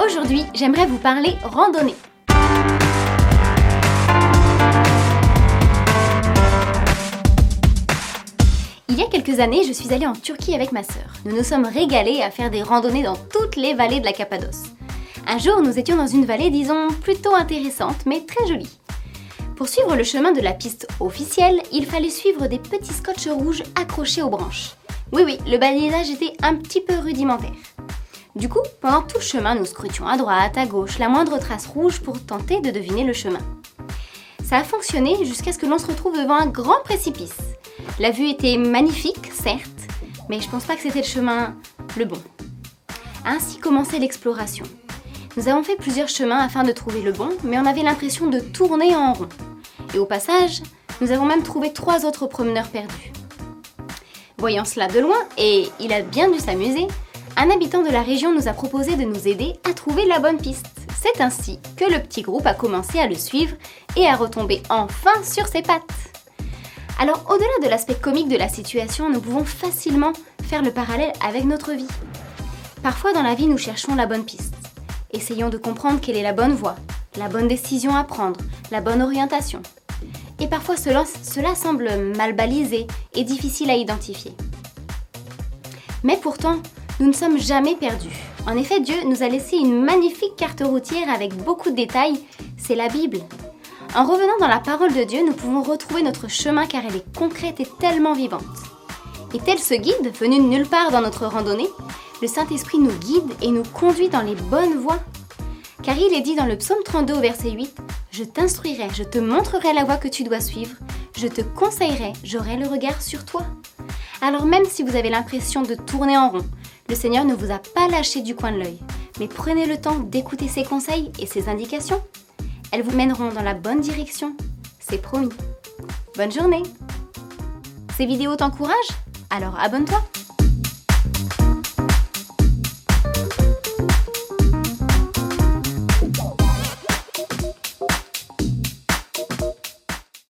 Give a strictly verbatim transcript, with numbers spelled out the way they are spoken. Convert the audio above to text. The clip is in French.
Aujourd'hui, j'aimerais vous parler randonnée. Il y a quelques années, je suis allée en Turquie avec ma sœur. Nous nous sommes régalés à faire des randonnées dans toutes les vallées de la Cappadoce. Un jour, nous étions dans une vallée, disons, plutôt intéressante, mais très jolie. Pour suivre le chemin de la piste officielle, il fallait suivre des petits scotch rouges accrochés aux branches. Oui, oui, le balisage était un petit peu rudimentaire. Du coup, pendant tout le chemin, nous scrutions à droite, à gauche, la moindre trace rouge pour tenter de deviner le chemin. Ça a fonctionné jusqu'à ce que l'on se retrouve devant un grand précipice. La vue était magnifique, certes, mais je pense pas que c'était le chemin le bon. Ainsi commençait l'exploration. Nous avons fait plusieurs chemins afin de trouver le bon, mais on avait l'impression de tourner en rond. Et au passage, nous avons même trouvé trois autres promeneurs perdus. Voyant cela de loin, et il a bien dû s'amuser, un habitant de la région nous a proposé de nous aider à trouver la bonne piste. C'est ainsi que le petit groupe a commencé à le suivre et à retomber enfin sur ses pattes. Alors, au-delà de l'aspect comique de la situation, nous pouvons facilement faire le parallèle avec notre vie. Parfois dans la vie, nous cherchons la bonne piste. Essayons de comprendre quelle est la bonne voie, la bonne décision à prendre, la bonne orientation. Et parfois cela, cela semble mal balisé et difficile à identifier. Mais pourtant, nous ne sommes jamais perdus. En effet, Dieu nous a laissé une magnifique carte routière avec beaucoup de détails, c'est la Bible. En revenant dans la parole de Dieu, nous pouvons retrouver notre chemin car elle est concrète et tellement vivante. Et tel ce guide, venu de nulle part dans notre randonnée, le Saint-Esprit nous guide et nous conduit dans les bonnes voies. Car il est dit dans le psaume trente-deux au verset huit, « Je t'instruirai, je te montrerai la voie que tu dois suivre, je te conseillerai, j'aurai le regard sur toi. » Alors même si vous avez l'impression de tourner en rond, le Seigneur ne vous a pas lâché du coin de l'œil, mais prenez le temps d'écouter ses conseils et ses indications. Elles vous mèneront dans la bonne direction, c'est promis. Bonne journée! Ces vidéos t'encouragent? Alors abonne-toi!